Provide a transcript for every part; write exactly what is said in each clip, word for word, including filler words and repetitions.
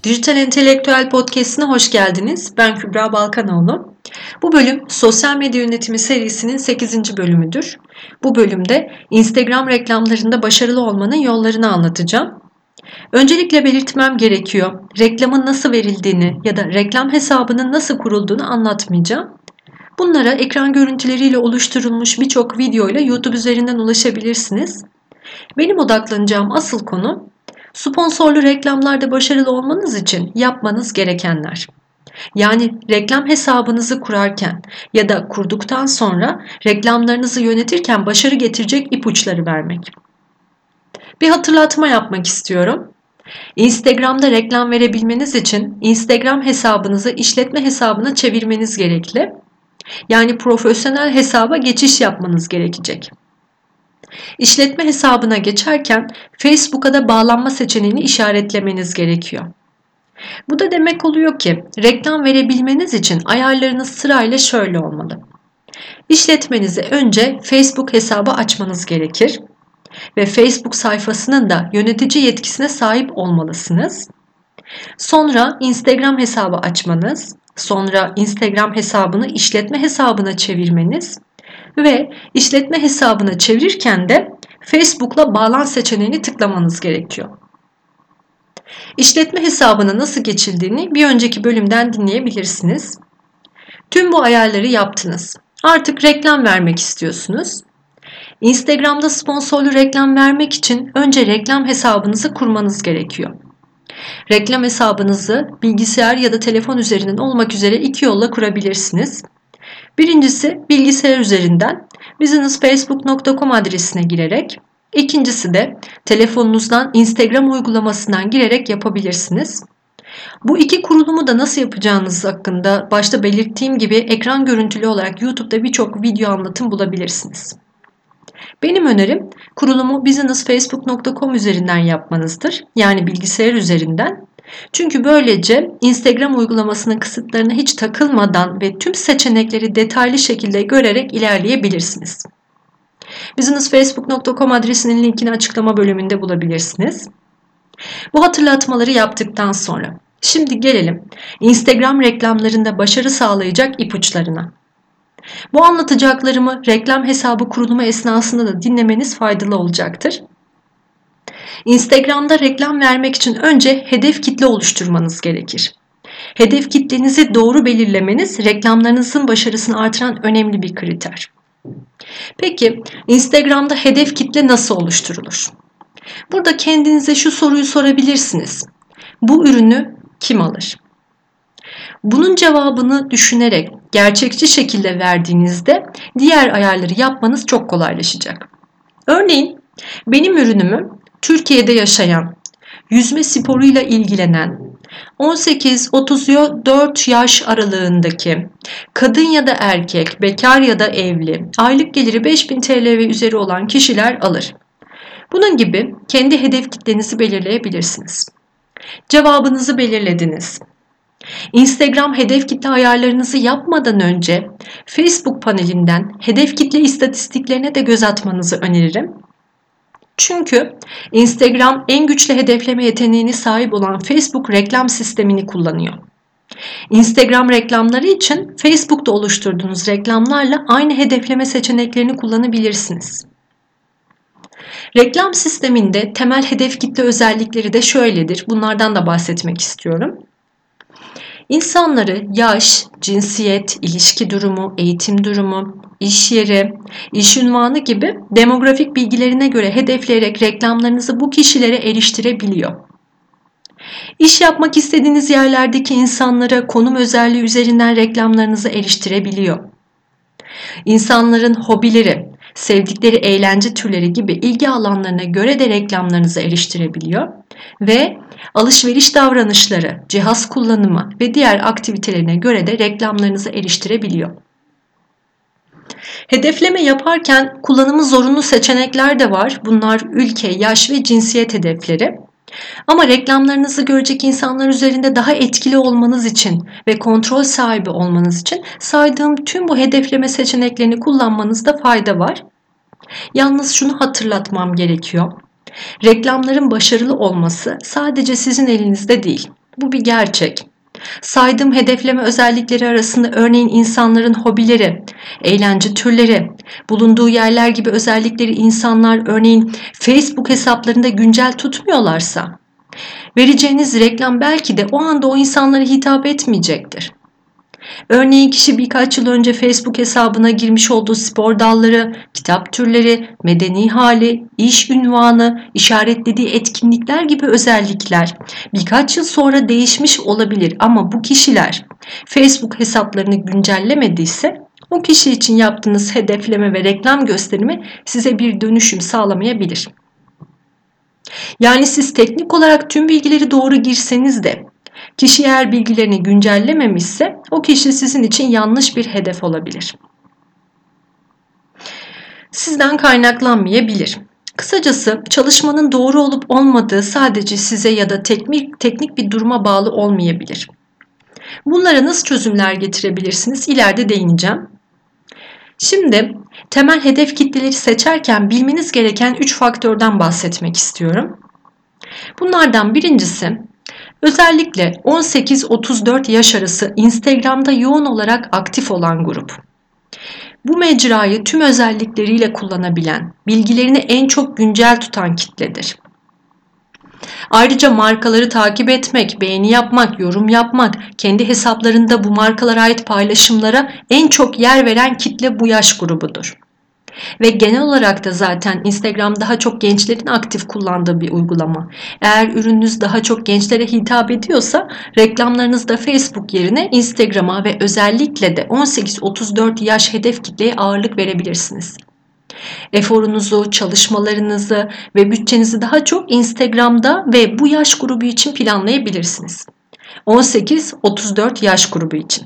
Dijital Entelektüel Podcast'ine hoş geldiniz. Ben Kübra Balkanoğlu. Bu bölüm Sosyal Medya Yönetimi serisinin sekizinci bölümüdür. Bu bölümde Instagram reklamlarında başarılı olmanın yollarını anlatacağım. Öncelikle belirtmem gerekiyor. Reklamın nasıl verildiğini ya da reklam hesabının nasıl kurulduğunu anlatmayacağım. Bunlara ekran görüntüleriyle oluşturulmuş birçok videoyla YouTube üzerinden ulaşabilirsiniz. Benim odaklanacağım asıl konu sponsorlu reklamlarda başarılı olmanız için yapmanız gerekenler. Yani reklam hesabınızı kurarken ya da kurduktan sonra reklamlarınızı yönetirken başarı getirecek ipuçları vermek. Bir hatırlatma yapmak istiyorum. Instagram'da reklam verebilmeniz için Instagram hesabınızı işletme hesabına çevirmeniz gerekli. Yani profesyonel hesaba geçiş yapmanız gerekecek. İşletme hesabına geçerken Facebook'a da bağlanma seçeneğini işaretlemeniz gerekiyor. Bu da demek oluyor ki reklam verebilmeniz için ayarlarınız sırayla şöyle olmalı. İşletmenize önce Facebook hesabı açmanız gerekir ve Facebook sayfasının da yönetici yetkisine sahip olmalısınız. Sonra Instagram hesabı açmanız, sonra Instagram hesabını işletme hesabına çevirmeniz ve işletme hesabına çevirirken de Facebook'la bağlan seçeneğini tıklamanız gerekiyor. İşletme hesabına nasıl geçildiğini bir önceki bölümden dinleyebilirsiniz. Tüm bu ayarları yaptınız. Artık reklam vermek istiyorsunuz. Instagram'da sponsorlu reklam vermek için önce reklam hesabınızı kurmanız gerekiyor. Reklam hesabınızı bilgisayar ya da telefon üzerinden olmak üzere iki yolla kurabilirsiniz. Birincisi bilgisayar üzerinden businessfacebook nokta com adresine girerek, ikincisi de telefonunuzdan Instagram uygulamasından girerek yapabilirsiniz. Bu iki kurulumu da nasıl yapacağınız hakkında başta belirttiğim gibi ekran görüntülü olarak YouTube'da birçok video anlatım bulabilirsiniz. Benim önerim kurulumu businessfacebook nokta com üzerinden yapmanızdır. Yani bilgisayar üzerinden. Çünkü böylece Instagram uygulamasının kısıtlarına hiç takılmadan ve tüm seçenekleri detaylı şekilde görerek ilerleyebilirsiniz. businessfacebook nokta com adresinin linkini açıklama bölümünde bulabilirsiniz. Bu hatırlatmaları yaptıktan sonra şimdi gelelim Instagram reklamlarında başarı sağlayacak ipuçlarına. Bu anlatacaklarımı reklam hesabı kurulumu esnasında da dinlemeniz faydalı olacaktır. Instagram'da reklam vermek için önce hedef kitle oluşturmanız gerekir. Hedef kitlenizi doğru belirlemeniz reklamlarınızın başarısını artıran önemli bir kriter. Peki Instagram'da hedef kitle nasıl oluşturulur? Burada kendinize şu soruyu sorabilirsiniz. Bu ürünü kim alır? Bunun cevabını düşünerek gerçekçi şekilde verdiğinizde diğer ayarları yapmanız çok kolaylaşacak. Örneğin benim ürünümü Türkiye'de yaşayan, yüzme sporuyla ilgilenen, on sekiz otuz dört yaş aralığındaki, kadın ya da erkek, bekar ya da evli, aylık geliri beş bin T L ve üzeri olan kişiler alır. Bunun gibi kendi hedef kitlenizi belirleyebilirsiniz. Cevabınızı belirlediniz. Instagram hedef kitle ayarlarınızı yapmadan önce Facebook panelinden hedef kitle istatistiklerine de göz atmanızı öneririm. Çünkü Instagram en güçlü hedefleme yeteneğine sahip olan Facebook reklam sistemini kullanıyor. Instagram reklamları için Facebook'ta oluşturduğunuz reklamlarla aynı hedefleme seçeneklerini kullanabilirsiniz. Reklam sisteminde temel hedef kitle özellikleri de şöyledir. Bunlardan da bahsetmek istiyorum. İnsanları yaş, cinsiyet, ilişki durumu, eğitim durumu, iş yeri, iş unvanı gibi demografik bilgilerine göre hedefleyerek reklamlarınızı bu kişilere eriştirebiliyor. İş yapmak istediğiniz yerlerdeki insanlara konum özelliği üzerinden reklamlarınızı eriştirebiliyor. İnsanların hobileri, sevdikleri eğlence türleri gibi ilgi alanlarına göre de reklamlarınızı eriştirebiliyor ve alışveriş davranışları, cihaz kullanımı ve diğer aktivitelerine göre de reklamlarınızı eriştirebiliyor. Hedefleme yaparken kullanımı zorunlu seçenekler de var. Bunlar ülke, yaş ve cinsiyet hedefleri. Ama reklamlarınızı görecek insanlar üzerinde daha etkili olmanız için ve kontrol sahibi olmanız için saydığım tüm bu hedefleme seçeneklerini kullanmanızda fayda var. Yalnız şunu hatırlatmam gerekiyor. Reklamların başarılı olması sadece sizin elinizde değil. Bu bir gerçek. Saydığım hedefleme özellikleri arasında örneğin insanların hobileri, eğlence türleri, bulunduğu yerler gibi özellikleri insanlar örneğin Facebook hesaplarında güncel tutmuyorlarsa, vereceğiniz reklam belki de o anda o insanlara hitap etmeyecektir. Örneğin kişi birkaç yıl önce Facebook hesabına girmiş olduğu spor dalları, kitap türleri, medeni hali, iş ünvanı, işaretlediği etkinlikler gibi özellikler birkaç yıl sonra değişmiş olabilir ama bu kişiler Facebook hesaplarını güncellemediyse o kişi için yaptığınız hedefleme ve reklam gösterimi size bir dönüşüm sağlamayabilir. Yani siz teknik olarak tüm bilgileri doğru girseniz de kişi eğer bilgilerini güncellememişse o kişi sizin için yanlış bir hedef olabilir. Sizden kaynaklanmayabilir. Kısacası çalışmanın doğru olup olmadığı sadece size ya da teknik, teknik bir duruma bağlı olmayabilir. Bunlara nasıl çözümler getirebilirsiniz? İleride değineceğim. Şimdi temel hedef kitleleri seçerken bilmeniz gereken üç faktörden bahsetmek istiyorum. Bunlardan birincisi, özellikle on sekiz otuz dört yaş arası Instagram'da yoğun olarak aktif olan grup. Bu mecrayı tüm özellikleriyle kullanabilen, bilgilerini en çok güncel tutan kitledir. Ayrıca markaları takip etmek, beğeni yapmak, yorum yapmak, kendi hesaplarında bu markalara ait paylaşımlara en çok yer veren kitle bu yaş grubudur. Ve genel olarak da zaten Instagram daha çok gençlerin aktif kullandığı bir uygulama. Eğer ürününüz daha çok gençlere hitap ediyorsa reklamlarınız da Facebook yerine Instagram'a ve özellikle de on sekiz otuz dört yaş hedef kitleye ağırlık verebilirsiniz. Eforunuzu, çalışmalarınızı ve bütçenizi daha çok Instagram'da ve bu yaş grubu için planlayabilirsiniz. on sekiz otuz dört yaş grubu için.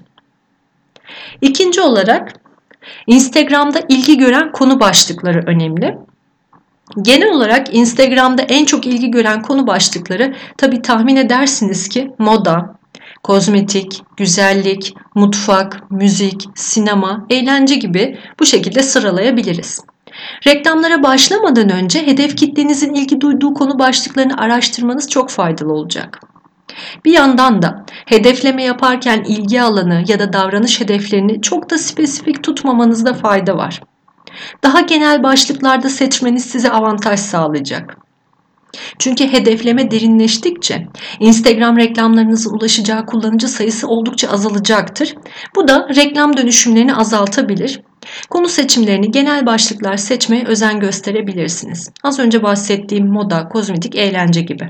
İkinci olarak Instagram'da ilgi gören konu başlıkları önemli. Genel olarak Instagram'da en çok ilgi gören konu başlıkları tabii tahmin edersiniz ki moda, kozmetik, güzellik, mutfak, müzik, sinema, eğlence gibi bu şekilde sıralayabiliriz. Reklamlara başlamadan önce hedef kitlenizin ilgi duyduğu konu başlıklarını araştırmanız çok faydalı olacak. Bir yandan da hedefleme yaparken ilgi alanı ya da davranış hedeflerini çok da spesifik tutmamanızda fayda var. Daha genel başlıklarda seçmeniz size avantaj sağlayacak. Çünkü hedefleme derinleştikçe Instagram reklamlarınızın ulaşacağı kullanıcı sayısı oldukça azalacaktır. Bu da reklam dönüşümlerini azaltabilir. Konu seçimlerini genel başlıklar seçmeye özen gösterebilirsiniz. Az önce bahsettiğim moda, kozmetik, eğlence gibi.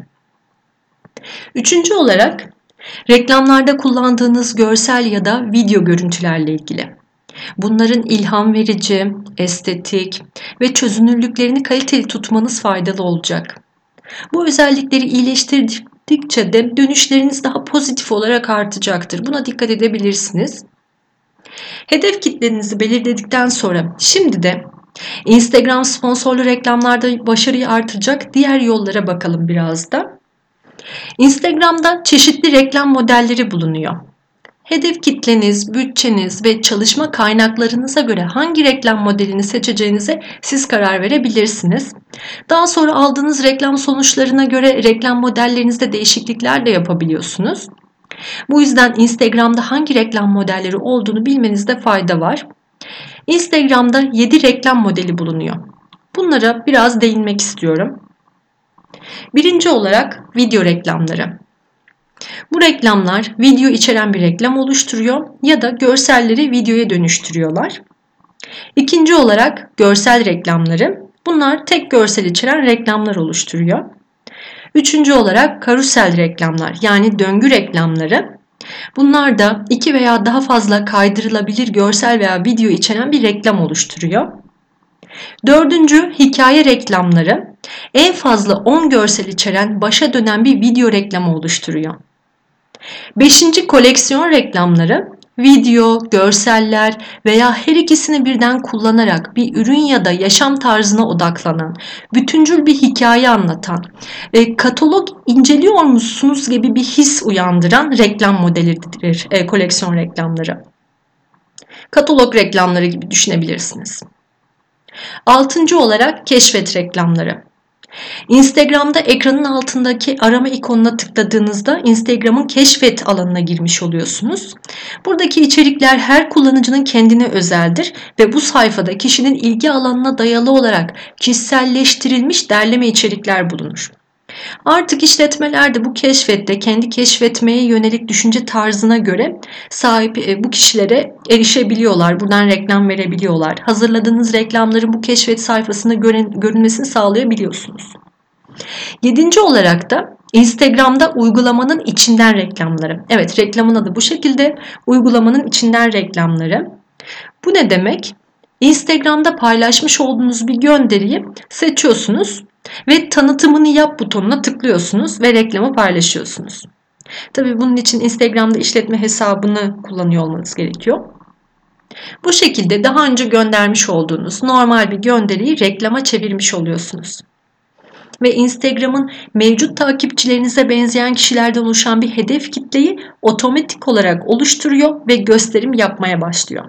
Üçüncü olarak reklamlarda kullandığınız görsel ya da video görüntülerle ilgili. Bunların ilham verici, estetik ve çözünürlüklerini kaliteli tutmanız faydalı olacak. Bu özellikleri iyileştirdikçe de dönüşleriniz daha pozitif olarak artacaktır. Buna dikkat edebilirsiniz. Hedef kitlenizi belirledikten sonra şimdi de Instagram sponsorlu reklamlarda başarıyı artıracak diğer yollara bakalım biraz da. Instagram'da çeşitli reklam modelleri bulunuyor. Hedef kitleniz, bütçeniz ve çalışma kaynaklarınıza göre hangi reklam modelini seçeceğinize siz karar verebilirsiniz. Daha sonra aldığınız reklam sonuçlarına göre reklam modellerinizde değişiklikler de yapabiliyorsunuz. Bu yüzden Instagram'da hangi reklam modelleri olduğunu bilmenizde fayda var. Instagram'da yedi reklam modeli bulunuyor. Bunlara biraz değinmek istiyorum. Birinci olarak video reklamları. Bu reklamlar video içeren bir reklam oluşturuyor ya da görselleri videoya dönüştürüyorlar. İkinci olarak görsel reklamları. Bunlar tek görsel içeren reklamlar oluşturuyor. Üçüncü olarak karusel reklamlar yani döngü reklamları. Bunlar da iki veya daha fazla kaydırılabilir görsel veya video içeren bir reklam oluşturuyor. Dördüncü hikaye reklamları. En fazla on görsel içeren başa dönen bir video reklamı oluşturuyor. Beşinci koleksiyon reklamları, video, görseller veya her ikisini birden kullanarak bir ürün ya da yaşam tarzına odaklanan, bütüncül bir hikaye anlatan, e, katalog inceliyormuşsunuz gibi bir his uyandıran reklam modelidir e, koleksiyon reklamları. Katalog reklamları gibi düşünebilirsiniz. Altıncı olarak keşfet reklamları. Instagram'da ekranın altındaki arama ikonuna tıkladığınızda Instagram'ın keşfet alanına girmiş oluyorsunuz. Buradaki içerikler her kullanıcının kendine özeldir ve bu sayfada kişinin ilgi alanına dayalı olarak kişiselleştirilmiş derleme içerikler bulunur. Artık işletmeler de bu keşfette kendi keşfetmeye yönelik düşünce tarzına göre sahip bu kişilere erişebiliyorlar. Buradan reklam verebiliyorlar. Hazırladığınız reklamların bu keşfet sayfasında görünmesini sağlayabiliyorsunuz. Yedinci olarak da Instagram'da uygulamanın içinden reklamları. Evet, reklamın adı bu şekilde. Uygulamanın içinden reklamları. Bu ne demek? Instagram'da paylaşmış olduğunuz bir gönderiyi seçiyorsunuz ve tanıtımını yap butonuna tıklıyorsunuz ve reklamı paylaşıyorsunuz. Tabii bunun için Instagram'da işletme hesabını kullanıyor olmanız gerekiyor. Bu şekilde daha önce göndermiş olduğunuz normal bir gönderiyi reklama çevirmiş oluyorsunuz. Ve Instagram'ın mevcut takipçilerinize benzeyen kişilerden oluşan bir hedef kitleyi otomatik olarak oluşturuyor ve gösterim yapmaya başlıyor.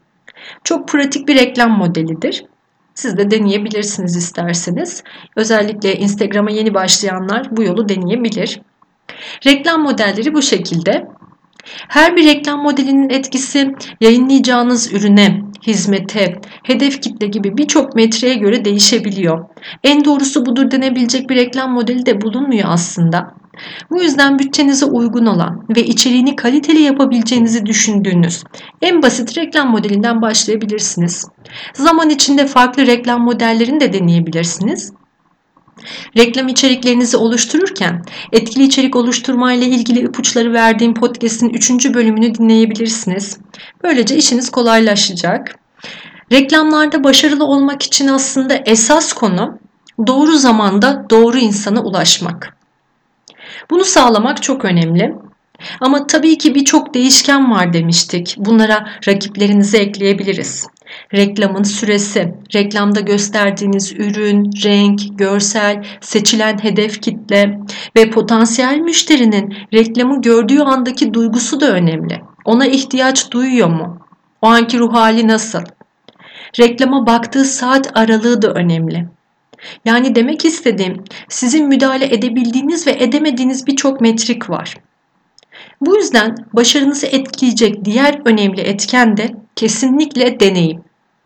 Çok pratik bir reklam modelidir. Siz de deneyebilirsiniz isterseniz. Özellikle Instagram'a yeni başlayanlar bu yolu deneyebilir. Reklam modelleri bu şekilde. Her bir reklam modelinin etkisi yayınlayacağınız ürüne, hizmete, hedef kitle gibi birçok metreye göre değişebiliyor. En doğrusu budur denebilecek bir reklam modeli de bulunmuyor aslında. Bu yüzden bütçenize uygun olan ve içeriğini kaliteli yapabileceğinizi düşündüğünüz en basit reklam modelinden başlayabilirsiniz. Zaman içinde farklı reklam modellerini de deneyebilirsiniz. Reklam içeriklerinizi oluştururken etkili içerik oluşturma ile ilgili ipuçları verdiğim podcast'in üçüncü bölümünü dinleyebilirsiniz. Böylece işiniz kolaylaşacak. Reklamlarda başarılı olmak için aslında esas konu doğru zamanda doğru insana ulaşmak. Bunu sağlamak çok önemli. Ama tabii ki birçok değişken var demiştik. Bunlara rakiplerinizi ekleyebiliriz. Reklamın süresi, reklamda gösterdiğiniz ürün, renk, görsel, seçilen hedef kitle ve potansiyel müşterinin reklamı gördüğü andaki duygusu da önemli. Ona ihtiyaç duyuyor mu? O anki ruh hali nasıl? Reklama baktığı saat aralığı da önemli. Yani demek istediğim, sizin müdahale edebildiğiniz ve edemediğiniz birçok metrik var. Bu yüzden başarınızı etkileyecek diğer önemli etken de kesinlikle deneyim.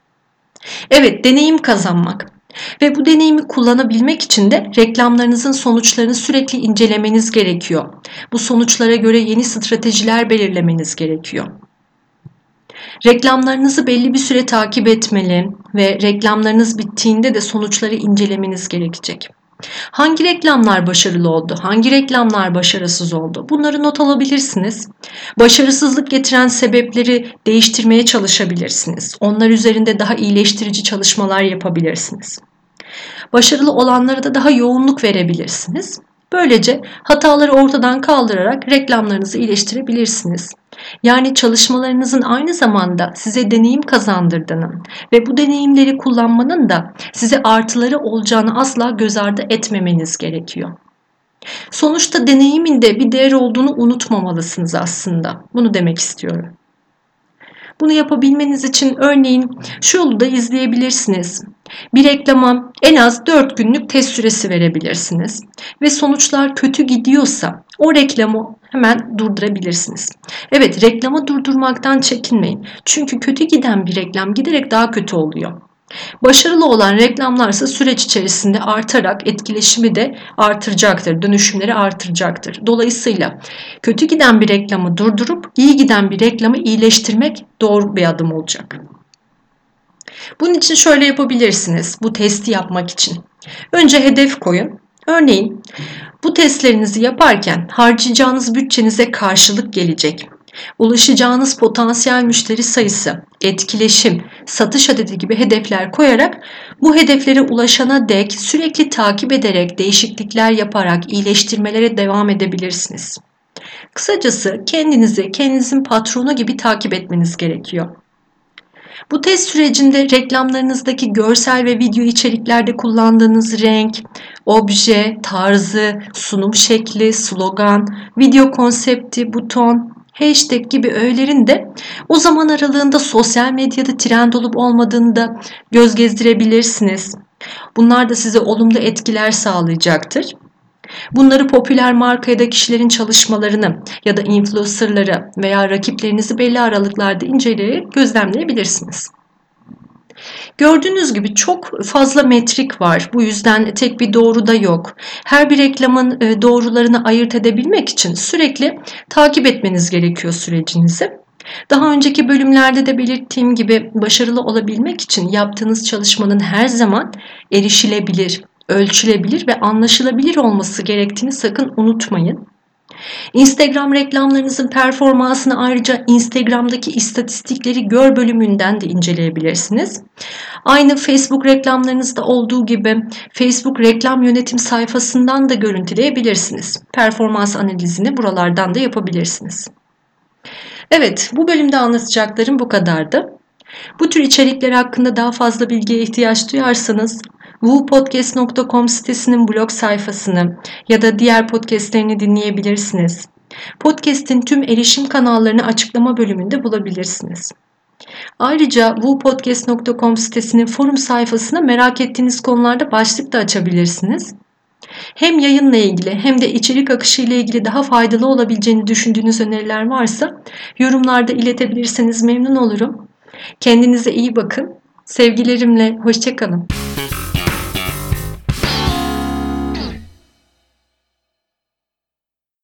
Evet, deneyim kazanmak ve bu deneyimi kullanabilmek için de reklamlarınızın sonuçlarını sürekli incelemeniz gerekiyor. Bu sonuçlara göre yeni stratejiler belirlemeniz gerekiyor. Reklamlarınızı belli bir süre takip etmeli ve reklamlarınız bittiğinde de sonuçları incelemeniz gerekecek. Hangi reklamlar başarılı oldu? Hangi reklamlar başarısız oldu? Bunları not alabilirsiniz. Başarısızlık getiren sebepleri değiştirmeye çalışabilirsiniz. Onlar üzerinde daha iyileştirici çalışmalar yapabilirsiniz. Başarılı olanlara da daha yoğunluk verebilirsiniz. Böylece hataları ortadan kaldırarak reklamlarınızı iyileştirebilirsiniz. Yani çalışmalarınızın aynı zamanda size deneyim kazandırdığını ve bu deneyimleri kullanmanın da size artıları olacağını asla göz ardı etmemeniz gerekiyor. Sonuçta deneyimin de bir değer olduğunu unutmamalısınız aslında. Bunu demek istiyorum. Bunu yapabilmeniz için örneğin şu yolu da izleyebilirsiniz. Bir reklama en az dört günlük test süresi verebilirsiniz ve sonuçlar kötü gidiyorsa o reklamı hemen durdurabilirsiniz. Evet, reklamı durdurmaktan çekinmeyin. Çünkü kötü giden bir reklam giderek daha kötü oluyor. Başarılı olan reklamlarsa süreç içerisinde artarak etkileşimi de artıracaktır, dönüşümleri artıracaktır. Dolayısıyla kötü giden bir reklamı durdurup iyi giden bir reklamı iyileştirmek doğru bir adım olacak. Bunun için şöyle yapabilirsiniz bu testi yapmak için. Önce hedef koyun. Örneğin bu testlerinizi yaparken harcayacağınız bütçenize karşılık gelecek. Ulaşacağınız potansiyel müşteri sayısı, etkileşim, satış adedi gibi hedefler koyarak bu hedeflere ulaşana dek sürekli takip ederek, değişiklikler yaparak iyileştirmelere devam edebilirsiniz. Kısacası kendinizi kendinizin patronu gibi takip etmeniz gerekiyor. Bu test sürecinde reklamlarınızdaki görsel ve video içeriklerde kullandığınız renk, obje, tarzı, sunum şekli, slogan, video konsepti, buton, hashtag gibi öğelerin de o zaman aralığında sosyal medyada trend olup olmadığını da göz gezdirebilirsiniz. Bunlar da size olumlu etkiler sağlayacaktır. Bunları popüler marka ya da kişilerin çalışmalarını ya da influencerları veya rakiplerinizi belli aralıklarda inceleyerek gözlemleyebilirsiniz. Gördüğünüz gibi çok fazla metrik var. Bu yüzden tek bir doğru da yok. Her bir reklamın doğrularını ayırt edebilmek için sürekli takip etmeniz gerekiyor sürecinizi. Daha önceki bölümlerde de belirttiğim gibi başarılı olabilmek için yaptığınız çalışmanın her zaman erişilebilir, ölçülebilir ve anlaşılabilir olması gerektiğini sakın unutmayın. Instagram reklamlarınızın performansını ayrıca Instagram'daki istatistikleri gör bölümünden de inceleyebilirsiniz. Aynı Facebook reklamlarınızda olduğu gibi Facebook reklam yönetim sayfasından da görüntüleyebilirsiniz. Performans analizini buralardan da yapabilirsiniz. Evet, bu bölümde anlatacaklarım bu kadardı. Bu tür içerikler hakkında daha fazla bilgiye ihtiyaç duyarsanız woo podcast nokta com sitesinin blog sayfasını ya da diğer podcastlerini dinleyebilirsiniz. Podcast'in tüm erişim kanallarını açıklama bölümünde bulabilirsiniz. Ayrıca woo podcast nokta com sitesinin forum sayfasına merak ettiğiniz konularda başlık da açabilirsiniz. Hem yayınla ilgili hem de içerik akışı ile ilgili daha faydalı olabileceğini düşündüğünüz öneriler varsa yorumlarda iletebilirseniz memnun olurum. Kendinize iyi bakın. Sevgilerimle, hoşça kalın.